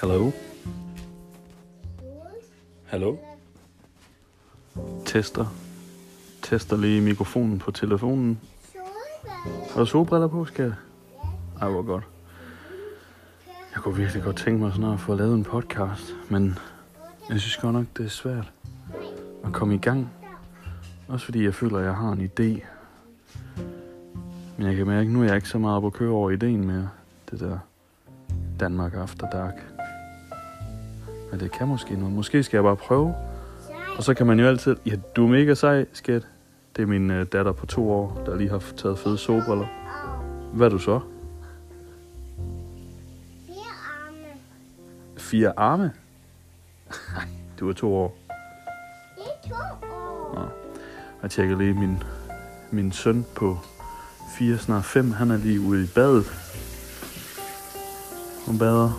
Hallo? Hallo? Tester lige mikrofonen på telefonen. Har du solbriller på, skat? Ej, hvor godt. Jeg kunne virkelig godt tænke mig sådan at få lavet en podcast, men jeg synes godt nok, det er svært at komme i gang. Også fordi jeg føler, at jeg har en idé. Men jeg kan mærke, nu er jeg ikke så meget på at køre over ideen mere. Det der Danmark After Dark. Men det kan måske noget. Måske skal jeg bare prøve. Og så kan man jo altid... Ja, du er mega sej, skat. Det er min datter på 2 år, der lige har taget fede solbriller. Hvad er du så? 4 arme? Nej, du er 2 år. Det er 2 år. Nå. Jeg tjekker lige min søn på 4, snart 5. Han er lige ude i badet. Og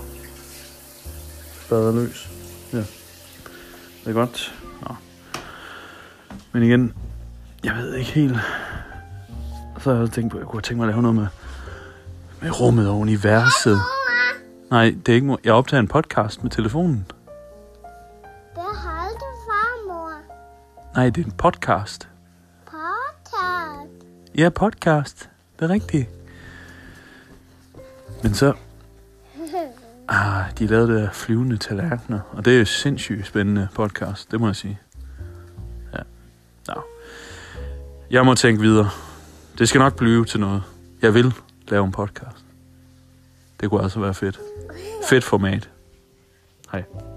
bader løs. Ja. Det er godt. Nå. Men igen, jeg ved ikke helt. Så har jeg tænkt på, at jeg kunne tænke mig at lave noget med rummet og universet. Nej, det er ikke. Jeg optager en podcast med telefonen. Det har du, farmor. Nej, det er en podcast. Podcast. Ja, podcast. Det er rigtigt. Men så... de lavede der flyvende tallerkener. Og det er jo sindssygt spændende podcast. Det må jeg sige. Ja. Nå. Jeg må tænke videre. Det skal nok blive til noget. Jeg vil lave en podcast. Det kunne altså være fedt. Fedt format. Hej.